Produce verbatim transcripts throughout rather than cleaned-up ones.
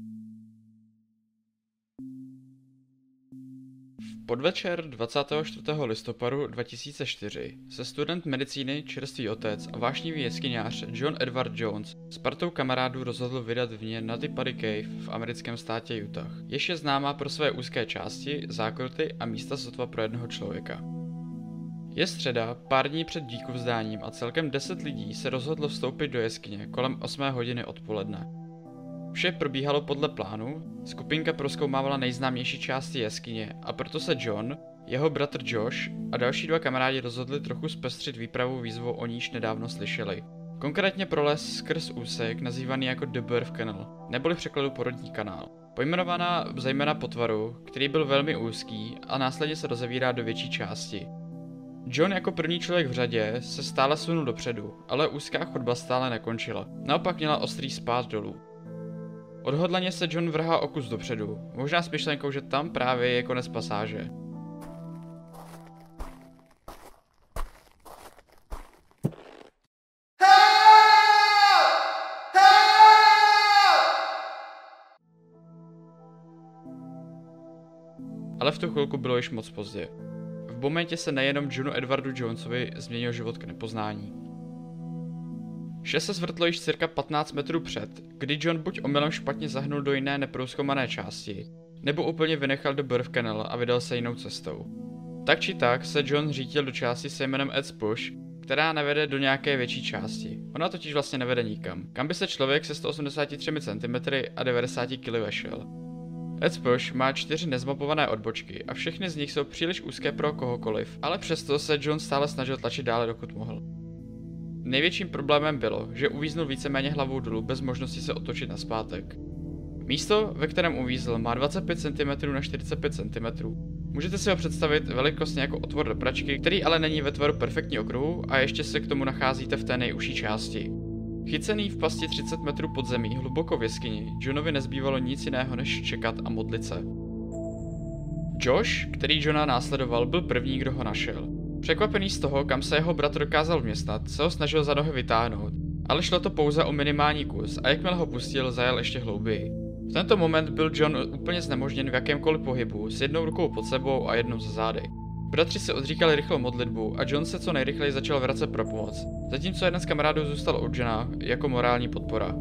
V podvečer dvacátého čtvrtého listopadu dva tisíce čtyři se student medicíny, čerstvý otec a vášnivý jeskyňář John Edward Jones s partou kamarádů rozhodl vydat vně na The Paddy Cave v americkém státě Utah. Jež je známá pro své úzké části, zákruty a místa sotva pro jednoho člověka. Je středa, pár dní před díkovzdáním a celkem deset lidí se rozhodlo vstoupit do jeskyně kolem osmé hodiny odpoledne. Vše probíhalo podle plánu, skupinka prozkoumávala nejznámější části jeskyně a proto se John, jeho bratr Josh a další dva kamarádi rozhodli trochu zpestřit výpravu výzvou, o níž nedávno slyšeli. Konkrétně prolez skrz úsek nazývaný jako The Birth Canal, neboli v překladu porodní kanál. Pojmenovaná zejména po tvaru, který byl velmi úzký a následně se rozevírá do větší části. John jako první člověk v řadě se stále sunul dopředu, ale úzká chodba stále nekončila, naopak měla ostrý spád dolů. Odhodlaně se John vrhá o kus dopředu, možná s myšlenkou, že tam právě je konec pasáže. Ale v tu chvilku bylo již moc pozdě. V momentě se nejenom Johnu Edwardu Jonesovi změnil život k nepoznání. Vše se zvrtlo již cirka patnáct metrů před, kdy John buď omylem špatně zahnul do jiné neprozkoumané části, nebo úplně vynechal do Birth Canal a vydal se jinou cestou. Tak či tak se John řítil do části se jménem Ed's Push, která nevede do nějaké větší části. Ona totiž vlastně nevede nikam, kam by se člověk se sto osmdesáti třemi centimetry a devadesáti kily vešel. Ed's Push má čtyři nezmapované odbočky a všechny z nich jsou příliš úzké pro kohokoliv, ale přesto se John stále snažil tlačit dále, dokud mohl. Největším problémem bylo, že uvíznul víceméně hlavou dolů bez možnosti se otočit nazpátek. Místo, ve kterém uvízl, má dvacet pět centimetrů na čtyřicet pět centimetrů. Můžete si ho představit velikostně jako otvor do pračky, který ale není ve tvaru perfektní okruhu a ještě se k tomu nacházíte v té nejužší části. Chycený v pasti třicet metrů pod zemí hluboko v jeskyni, Johnovi nezbývalo nic jiného než čekat a modlit se. Josh, který Johna následoval, byl první, kdo ho našel. Překvapený z toho, kam se jeho bratr dokázal vměstnat, se ho snažil za nohy vytáhnout, ale šlo to pouze o minimální kus a jakmile ho pustil, zajel ještě hlouběji. V tento moment byl John úplně znemožněn v jakémkoliv pohybu, s jednou rukou pod sebou a jednou za zády. Bratři se odříkali rychlou modlitbu a John se co nejrychleji začal vracet pro pomoc, zatímco jeden z kamarádů zůstal od Johna jako morální podpora.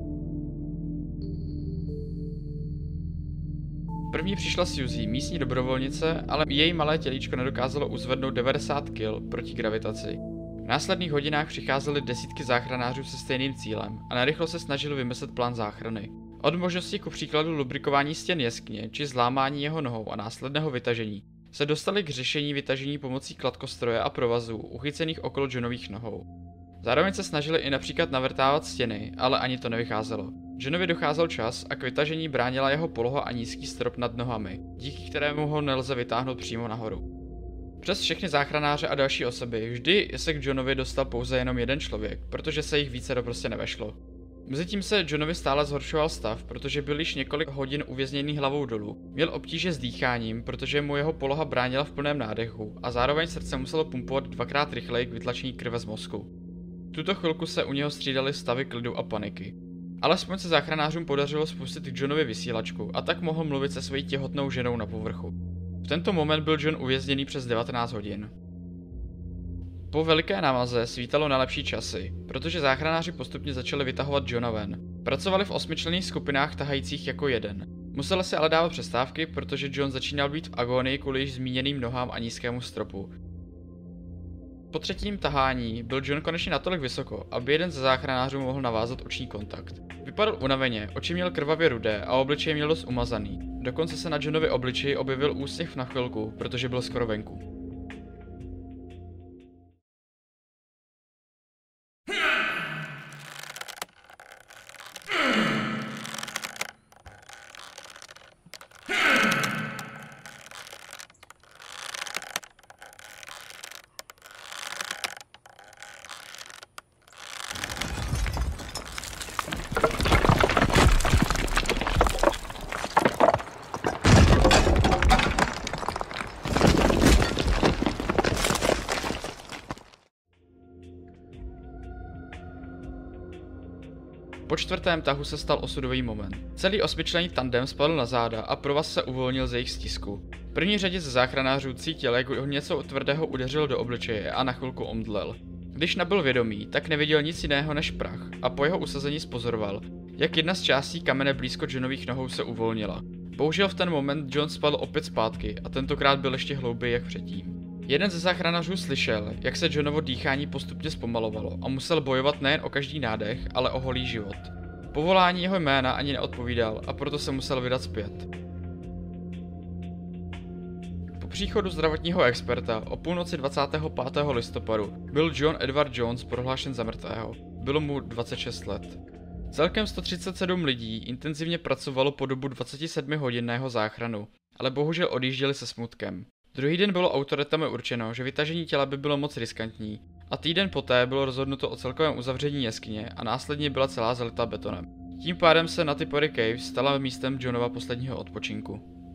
První přišla Suzy, místní dobrovolnice, ale její malé tělíčko nedokázalo uzvednout devadesát kil proti gravitaci. V následných hodinách přicházely desítky záchranářů se stejným cílem a narychlo se snažili vymyslet plán záchrany. Od možnosti ku příkladu lubrikování stěn jeskyně či zlámání jeho nohou a následného vytažení se dostali k řešení vytažení pomocí kladkostroje a provazů uchycených okolo Johnových nohou. Zároveň se snažili i například navrtávat stěny, ale ani to nevycházelo. Johnovi docházel čas a k vytažení bránila jeho poloha a nízký strop nad nohami, díky kterému ho nelze vytáhnout přímo nahoru. Přes všechny záchranáře a další osoby vždy se k Johnovi dostal pouze jenom jeden člověk, protože se jich více prostě nevešlo. Mezitím se Johnovi stále zhoršoval stav, protože byl již několik hodin uvězněný hlavou dolů. Měl obtíže s dýcháním, protože mu jeho poloha bránila v plném nádechu a zároveň srdce muselo pumpovat dvakrát rychleji k vytlačení krve z mozku. V tuto chvilku se u něho střídaly stavy klidu a paniky. Alespoň se záchranářům podařilo spustit k Johnovi vysílačku a tak mohl mluvit se svojí těhotnou ženou na povrchu. V tento moment byl John uvězněný přes devatenáct hodin. Po veliké námaze svítalo na lepší časy, protože záchranáři postupně začali vytahovat Johna ven. Pracovali v osmičlenných skupinách tahajících jako jeden. Museli si ale dávat přestávky, protože John začínal být v agónii kvůli již zmíněným nohám a nízkému stropu. Po třetím tahání byl John konečně natolik vysoko, aby jeden ze záchranářů mohl navázat oční kontakt. Vypadal unaveně, oči měl krvavě rudé a obličej měl dost umazaný. Dokonce se na Johnovi obličeji objevil úsměv na chvilku, protože byl skoro venku. po čtvrtém tahu se stal osudový moment. Celý osmičlenný tandem spadl na záda a provaz se uvolnil z jejich stisku. V první řadě ze záchranářů cítil, jak ho něco tvrdého udeřilo do obličeje a na chvilku omdlel. Když nabyl vědomí, tak neviděl nic jiného než prach a po jeho usazení spozoroval, jak jedna z částí kamene blízko Johnových nohou se uvolnila. Bohužel v ten moment John spadl opět zpátky a tentokrát byl ještě hlouběji jak předtím. Jeden ze záchranářů slyšel, jak se Johnovo dýchání postupně zpomalovalo a musel bojovat nejen o každý nádech, ale o holý život. Povolání jeho jména ani neodpovídal a proto se musel vydat zpět. Po příchodu zdravotního experta o půlnoci dvacátého pátého listopadu byl John Edward Jones prohlášen za mrtvého. Bylo mu dvacet šest let. Celkem sto třicet sedm lidí intenzivně pracovalo po dobu dvacetisedmihodinného záchranu, ale bohužel odjížděli se smutkem. Druhý den bylo autoritami určeno, že vytažení těla by bylo moc riskantní a týden poté bylo rozhodnuto o celkovém uzavření jeskyně a následně byla celá zalitá betonem. Tím pádem se Natipori Cave stala místem Johnova posledního odpočinku.